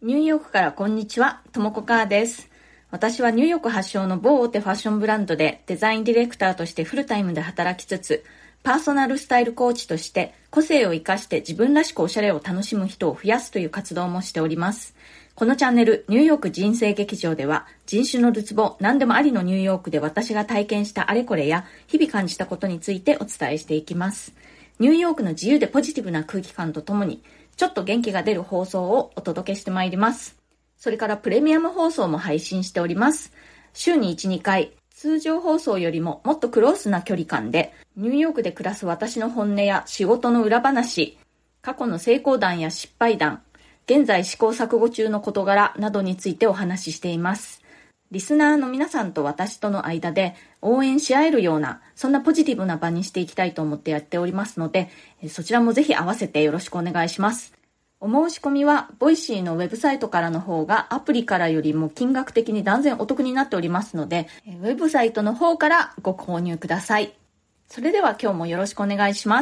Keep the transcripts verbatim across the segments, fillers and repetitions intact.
ニューヨークからこんにちは、ともこかーです。私はニューヨーク発祥の某大手ファッションブランドでデザインディレクターとしてフルタイムで働きつつ、パーソナルスタイルコーチとして個性を生かして自分らしくおしゃれを楽しむ人を増やすという活動もしております。このチャンネルニューヨーク人生劇場では、人種のるつぼ何でもありのニューヨークで私が体験したあれこれや日々感じたことについてお伝えしていきます。ニューヨークの自由でポジティブな空気感とともに、ちょっと元気が出る放送をお届けしてまいります。それからプレミアム放送も配信しております。週にいち、にかい、通常放送よりももっとクロースな距離感で、ニューヨークで暮らす私の本音や仕事の裏話、過去の成功談や失敗談、現在試行錯誤中の事柄などについてお話ししています。リスナーの皆さんと私との間で応援し合えるような、そんなポジティブな場にしていきたいと思ってやっておりますので、そちらもぜひ合わせてよろしくお願いします。お申し込みはボイシーのウェブサイトからの方がアプリからよりも金額的に断然お得になっておりますので、ウェブサイトの方からご購入ください。それでは今日もよろしくお願いします。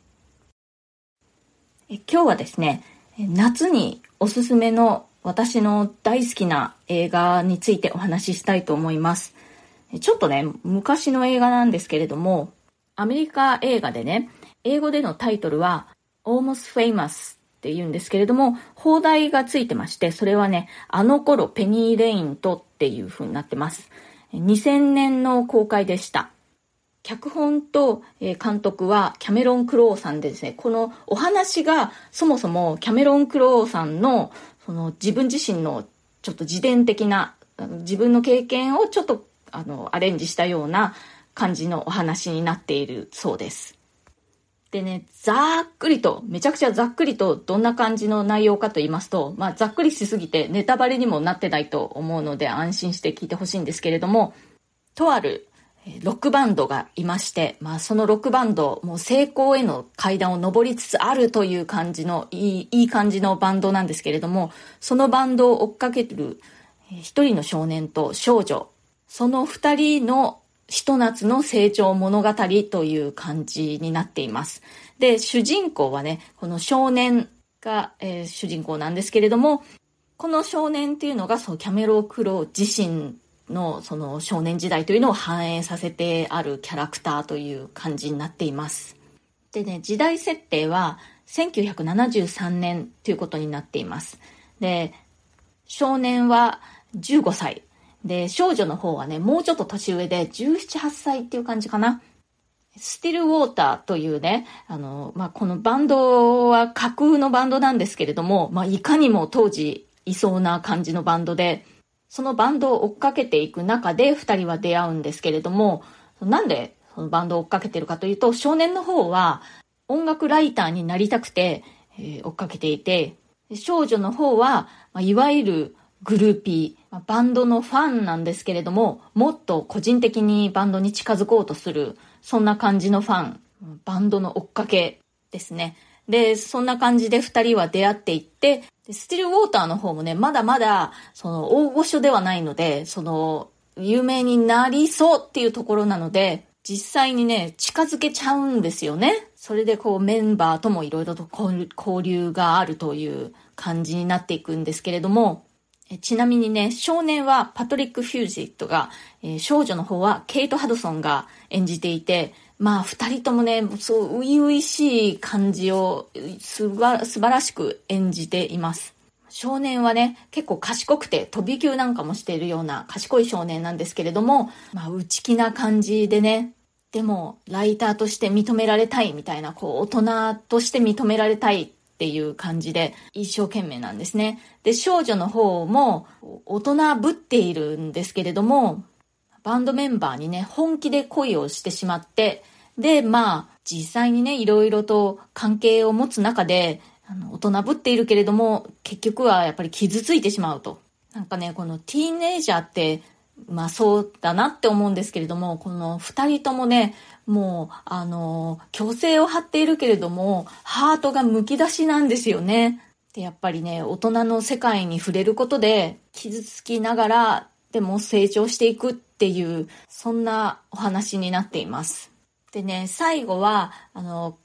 え今日はですね、夏におすすめの私の大好きな映画についてお話ししたいと思います。ちょっとね、昔の映画なんですけれども、アメリカ映画でね、英語でのタイトルは Almost Famous って言うんですけれども、邦題がついてまして、それはね、あの頃ペニー・レインとっていう風になってます。にせんねんの公開でした。脚本と監督はキャメロン・クロウさんでですね、このお話がそもそもキャメロン・クロウさんのその自分自身のちょっと自伝的な自分の経験をちょっとあのアレンジしたような感じのお話になっているそうです。でね、ざっくりと、めちゃくちゃざっくりとどんな感じの内容かと言いますと、まあざっくりしすぎてネタバレにもなってないと思うので安心して聞いてほしいんですけれども、とあるロックバンドがいまして、まあそのロックバンド、もう成功への階段を上りつつあるという感じの、いい、いい感じのバンドなんですけれども、そのバンドを追っかける一人の少年と少女、その二人のひと夏の成長物語という感じになっています。で、主人公はね、この少年が、えー、主人公なんですけれども、この少年っていうのがそのキャメロン・クロウ自身のその少年時代というのを反映させてあるキャラクターという感じになっています。でね、時代設定はせんきゅうひゃくななじゅうさんねんということになっています。で、少年はじゅうごさいで、少女の方はね、もうちょっと年上でじゅうなな、はっさいっていう感じかな。スティルウォーターというね、あの、まあ、このバンドは架空のバンドなんですけれども、まあ、いかにも当時いそうな感じのバンドで、そのバンドを追っかけていく中で二人は出会うんですけれども、なんでそのバンドを追っかけてるかというと、少年の方は音楽ライターになりたくて、えー、追っかけていて、少女の方は、まあ、いわゆるグルーピー、まあ、バンドのファンなんですけれども、もっと個人的にバンドに近づこうとする、そんな感じのファン、バンドの追っかけですね。で、そんな感じで二人は出会っていって、でスティルウォーターの方もね、まだまだ、その、大御所ではないので、その、有名になりそうっていうところなので、実際にね、近づけちゃうんですよね。それでこう、メンバーともいろいろと交流があるという感じになっていくんですけれども、えちなみにね、少年はパトリック・フュージットが、えー、少女の方はケイト・ハドソンが演じていて、まあ二人ともね、そう初々しい感じをすば素晴らしく演じています。少年はね、結構賢くて飛び級なんかもしているような賢い少年なんですけれども、まあ内気な感じでね、でもライターとして認められたいみたいな、こう大人として認められたいっていう感じで一生懸命なんですね。で、少女の方も大人ぶっているんですけれども、バンドメンバーにね、本気で恋をしてしまって、で、まあ、実際にね、いろいろと関係を持つ中で、あの、大人ぶっているけれども、結局はやっぱり傷ついてしまうと。なんかね、このティーンエイジャーって、まあそうだなって思うんですけれども、この二人ともね、もう、あの、虚勢を張っているけれども、ハートがむき出しなんですよね。で、やっぱりね、大人の世界に触れることで、傷つきながら、でも成長していくっていう、そんなお話になっています。でね、最後は、あの、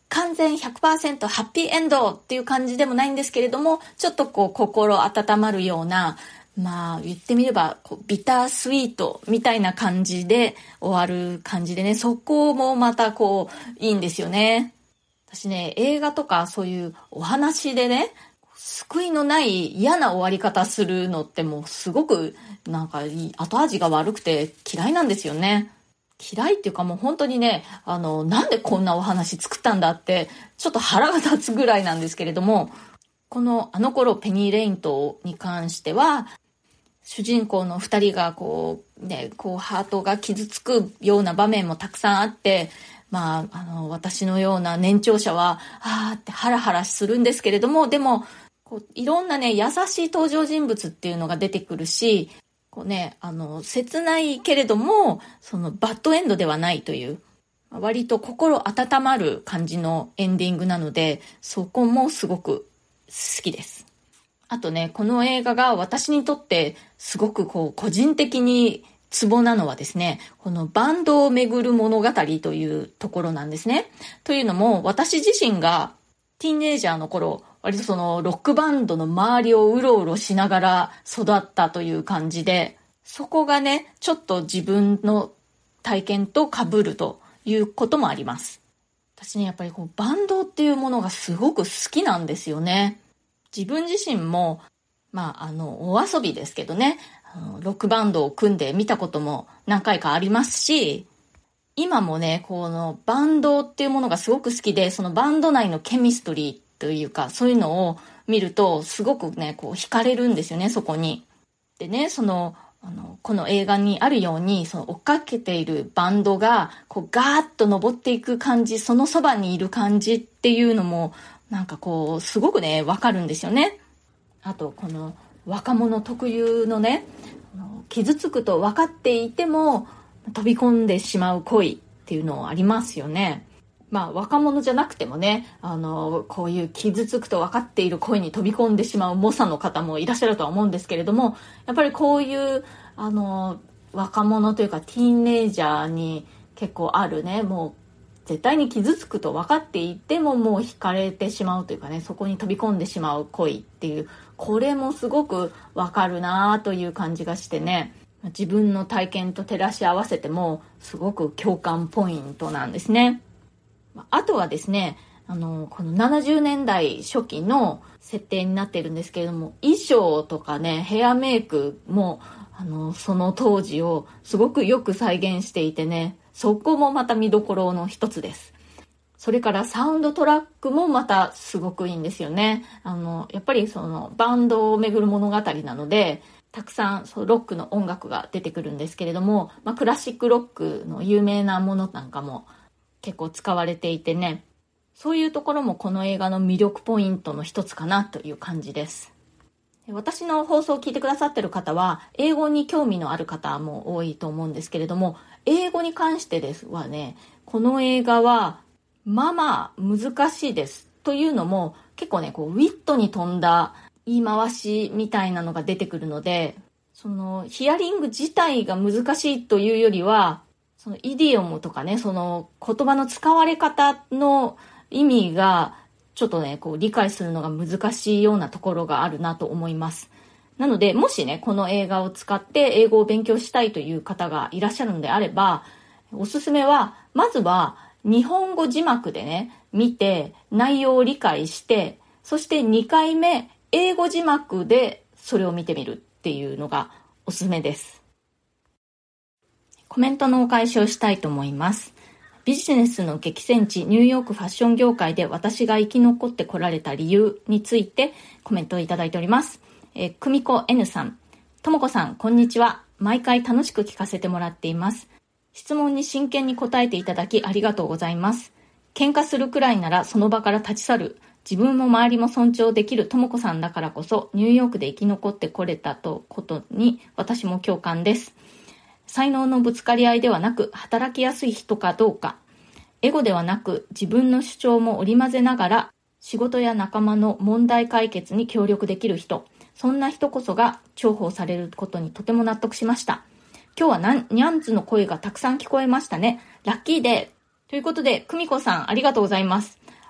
完全 ひゃくパーセント ハッピーエンドっていう感じでもないんですけれども、ちょっとこう心温まるような、まあ言ってみればこうビタースイートみたいな感じで終わる感じでね、そこもまたこういいんですよね。私ね、映画とかそういうお話でね、救いのない嫌な終わり方するのってもうすごくなんか後味が悪くて嫌いなんですよね。嫌いっていうかもう本当にね、あの、なんでこんなお話作ったんだってちょっと腹が立つぐらいなんですけれども、このあの頃ペニー・レイントに関しては、主人公の二人がこうね、こうハートが傷つくような場面もたくさんあって、まあ、あの、私のような年長者は、あーってハラハラするんですけれども、でも、こういろんなね、優しい登場人物っていうのが出てくるし、こうね、あの、切ないけれども、そのバッドエンドではないという、割と心温まる感じのエンディングなので、そこもすごく好きです。あとね、この映画が私にとってすごくこう個人的にツボなのはですね、このバンドを巡る物語というところなんですね。というのも、私自身がティーンエイジャーの頃、割とそのロックバンドの周りをうろうろしながら育ったという感じで、そこがね、ちょっと自分の体験と被るということもあります。私ね、やっぱりこうバンドっていうものがすごく好きなんですよね。自分自身も、まあ、あの、お遊びですけどね、あのロックバンドを組んで見たことも何回かありますし、今もね、このバンドっていうものがすごく好きで、そのバンド内のケミストリーというか、そういうのを見ると、すごくね、こう惹かれるんですよね、そこに。でね、その、あの、この映画にあるように、その追っかけているバンドが、こうガーッと登っていく感じ、そのそばにいる感じっていうのも、なんかこう、すごくね、わかるんですよね。あと、この若者特有のね、傷つくと分かっていても、飛び込んでしまう恋っていうのありますよね。まあ若者じゃなくてもね、あのこういう傷つくと分かっている恋に飛び込んでしまう猛者の方もいらっしゃるとは思うんですけれども、やっぱりこういうあの若者というかティーンエイジャーに結構あるね、もう絶対に傷つくと分かっていてももう惹かれてしまうというかね、そこに飛び込んでしまう恋っていう、これもすごく分かるなという感じがしてね、自分の体験と照らし合わせてもすごく共感ポイントなんですね。あとはですね、あのこのななじゅうねんだい初期の設定になっているんですけれども、衣装とかね、ヘアメイクもあのその当時をすごくよく再現していてね、そこもまた見どころの一つです。それからサウンドトラックもまたすごくいいんですよね。あのやっぱりそのバンドを巡る物語なので、たくさんそうロックの音楽が出てくるんですけれども、まあ、クラシックロックの有名なものなんかも結構使われていてね、そういうところもこの映画の魅力ポイントの一つかなという感じです。私の放送を聞いてくださっている方は英語に興味のある方も多いと思うんですけれども、英語に関してですはね、この映画はまあまあ難しいです。というのも結構ね、こうウィットに富んだ言い回しみたいなのが出てくるので、そのヒアリング自体が難しいというよりは、そのイディオムとかね、その言葉の使われ方の意味がちょっとね、こう理解するのが難しいようなところがあるなと思います。なので、もしね、この映画を使って英語を勉強したいという方がいらっしゃるのであれば、おすすめは、まずは日本語字幕でね、見て内容を理解して、そしてにかいめ、英語字幕でそれを見てみるっていうのがおすすめです。コメントのお返しをしたいと思います。ビジネスの激戦地ニューヨークファッション業界で私が生き残ってこられた理由についてコメントをいただいております。えー、久美子 N さん、ともこさん、こんにちは。毎回楽しく聞かせてもらっています。質問に真剣に答えていただきありがとうございます。喧嘩するくらいならその場から立ち去る。自分も周りも尊重できるともこさんだからこそニューヨークで生き残ってこれたとことに私も共感です。才能のぶつかり合いではなく働きやすい人かどうか、エゴではなく自分の主張も織り交ぜながら仕事や仲間の問題解決に協力できる人、そんな人こそが重宝されることにとても納得しました。今日はなんニャンズの声がたくさん聞こえましたね。ラッキーデーということで、久美子さんありがとうございます。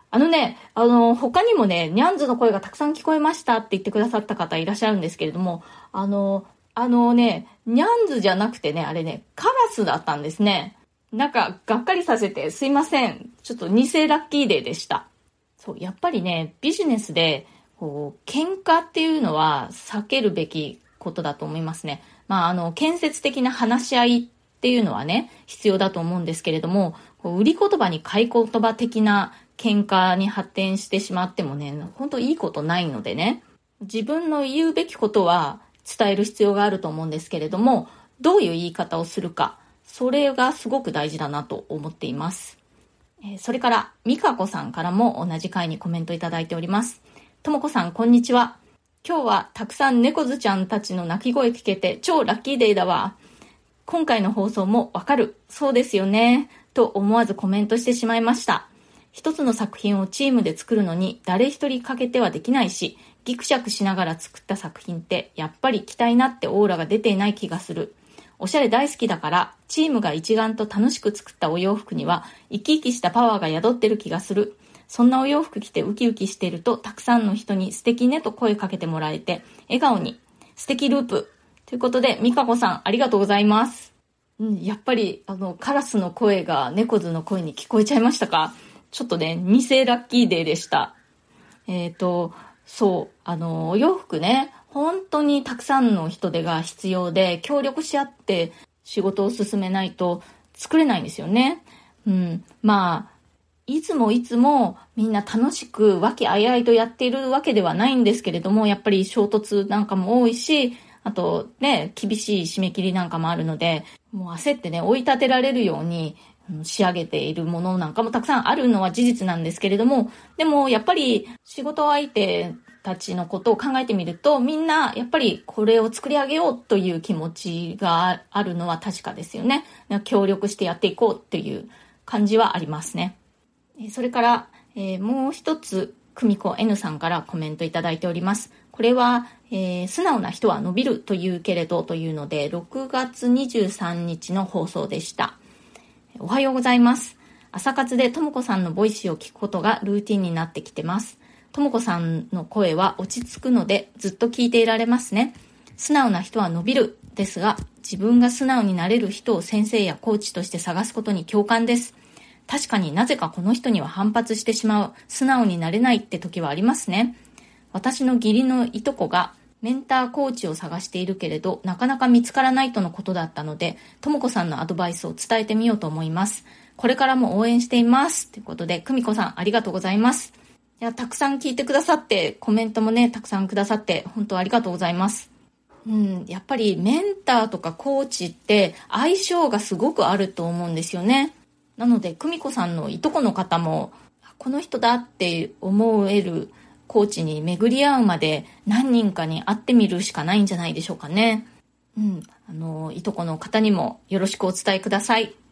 あのね、あの、他にもね、ニャンズの声がたくさん聞こえましたって言ってくださった方いらっしゃるんですけれども、あの、あのね、ニャンズじゃなくてね、あれね、カラスだったんですね。なんか、がっかりさせてすいません。ちょっと偽ラッキーデーでした。そう、やっぱりね、ビジネスで、こう、喧嘩っていうのは避けるべきことだと思いますね。まあ、あの、建設的な話し合いっていうのはね、必要だと思うんですけれども、こう売り言葉に買い言葉的な喧嘩に発展してしまってもね、本当いいことないのでね、自分の言うべきことは伝える必要があると思うんですけれども、どういう言い方をするか、それがすごく大事だなと思っています。えー、それから、みかこさんからも同じ回にコメントいただいております。ともこさん、こんにちは。今日はたくさん猫ずちゃんたちの鳴き声聞けて超ラッキーデーだわ。今回の放送もわかる。そうですよね。と思わずコメントしてしまいました。一つの作品をチームで作るのに誰一人欠けてはできないし、ギクシャクしながら作った作品ってやっぱり着たいなってオーラが出ていない気がする。おしゃれ大好きだからチームが一丸と楽しく作ったお洋服には生き生きしたパワーが宿ってる気がする。そんなお洋服着てウキウキしているとたくさんの人に素敵ねと声かけてもらえて笑顔に素敵ループということで、みかこさんありがとうございます。うん、やっぱりあのカラスの声が猫図の声に聞こえちゃいましたか？ちょっとね、偽ラッキーデーでした。えっと、そう、あの、お洋服ね、本当にたくさんの人手が必要で、協力し合って仕事を進めないと作れないんですよね。うん、まあ、いつもいつもみんな楽しく和気あいあいとやっているわけではないんですけれども、やっぱり衝突なんかも多いし、あとね、厳しい締め切りなんかもあるので、もう焦ってね、追い立てられるように仕上げているものなんかもたくさんあるのは事実なんですけれども、でもやっぱり仕事相手たちのことを考えてみると、みんなやっぱりこれを作り上げようという気持ちがあるのは確かですよね。協力してやっていこうっていう感じはありますね。それから、えー、もう一つ、久美子 N さんからコメントいただいております。これは、えー、素直な人は伸びるというけれどというので、ろくがつにじゅうさんにちの放送でした。おはようございます。朝活でともこさんのボイスを聞くことがルーティンになってきてます。ともこさんの声は落ち着くのでずっと聞いていられますね。素直な人は伸びるですが、自分が素直になれる人を先生やコーチとして探すことに共感です。確かになぜかこの人には反発してしまう、素直になれないって時はありますね。私の義理のいとこがメンターコーチを探しているけれど、なかなか見つからないとのことだったので、ともこさんのアドバイスを伝えてみようと思います。これからも応援しています。ということで、久美子さんありがとうございます。いや、たくさん聞いてくださって、コメントもね、たくさんくださって、本当ありがとうございます。うん、やっぱりメンターとかコーチって相性がすごくあると思うんですよね。なので、久美子さんのいとこの方も、この人だって思えるコーチに巡り合うまで何人かに会ってみるしかないんじゃないでしょうかね。うん、あの、いとこの方にもよろしくお伝えください。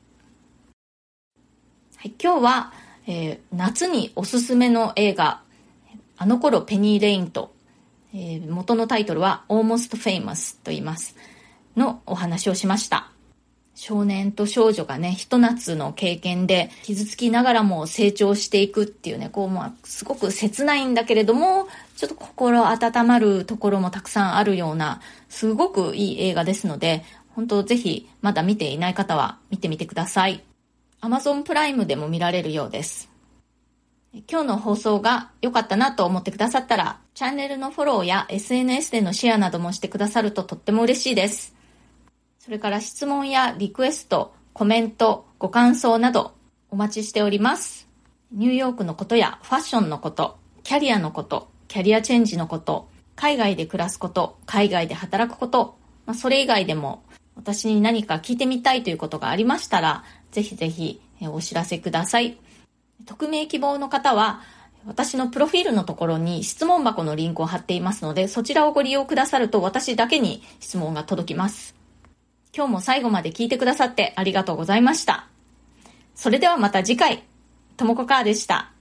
はい、今日は、えー、夏におすすめの映画、あの頃ペニー・レインと、えー、元のタイトルは Almost Famous と言いますのお話をしました。少年と少女がね、ひと夏の経験で傷つきながらも成長していくっていうね、こう、まあ、すごく切ないんだけれども、ちょっと心温まるところもたくさんあるような、すごくいい映画ですので、本当ぜひまだ見ていない方は見てみてください。Amazon プライムでも見られるようです。今日の放送が良かったなと思ってくださったら、チャンネルのフォローや エスエヌエス でのシェアなどもしてくださるととっても嬉しいです。それから質問やリクエスト、コメント、ご感想などお待ちしております。ニューヨークのことやファッションのこと、キャリアのこと、キャリアチェンジのこと、海外で暮らすこと、海外で働くこと、まあ、それ以外でも私に何か聞いてみたいということがありましたら、ぜひぜひお知らせください。匿名希望の方は、私のプロフィールのところに質問箱のリンクを貼っていますので、そちらをご利用くださると私だけに質問が届きます。今日も最後まで聞いてくださってありがとうございました。それではまた次回、ともこかーでした。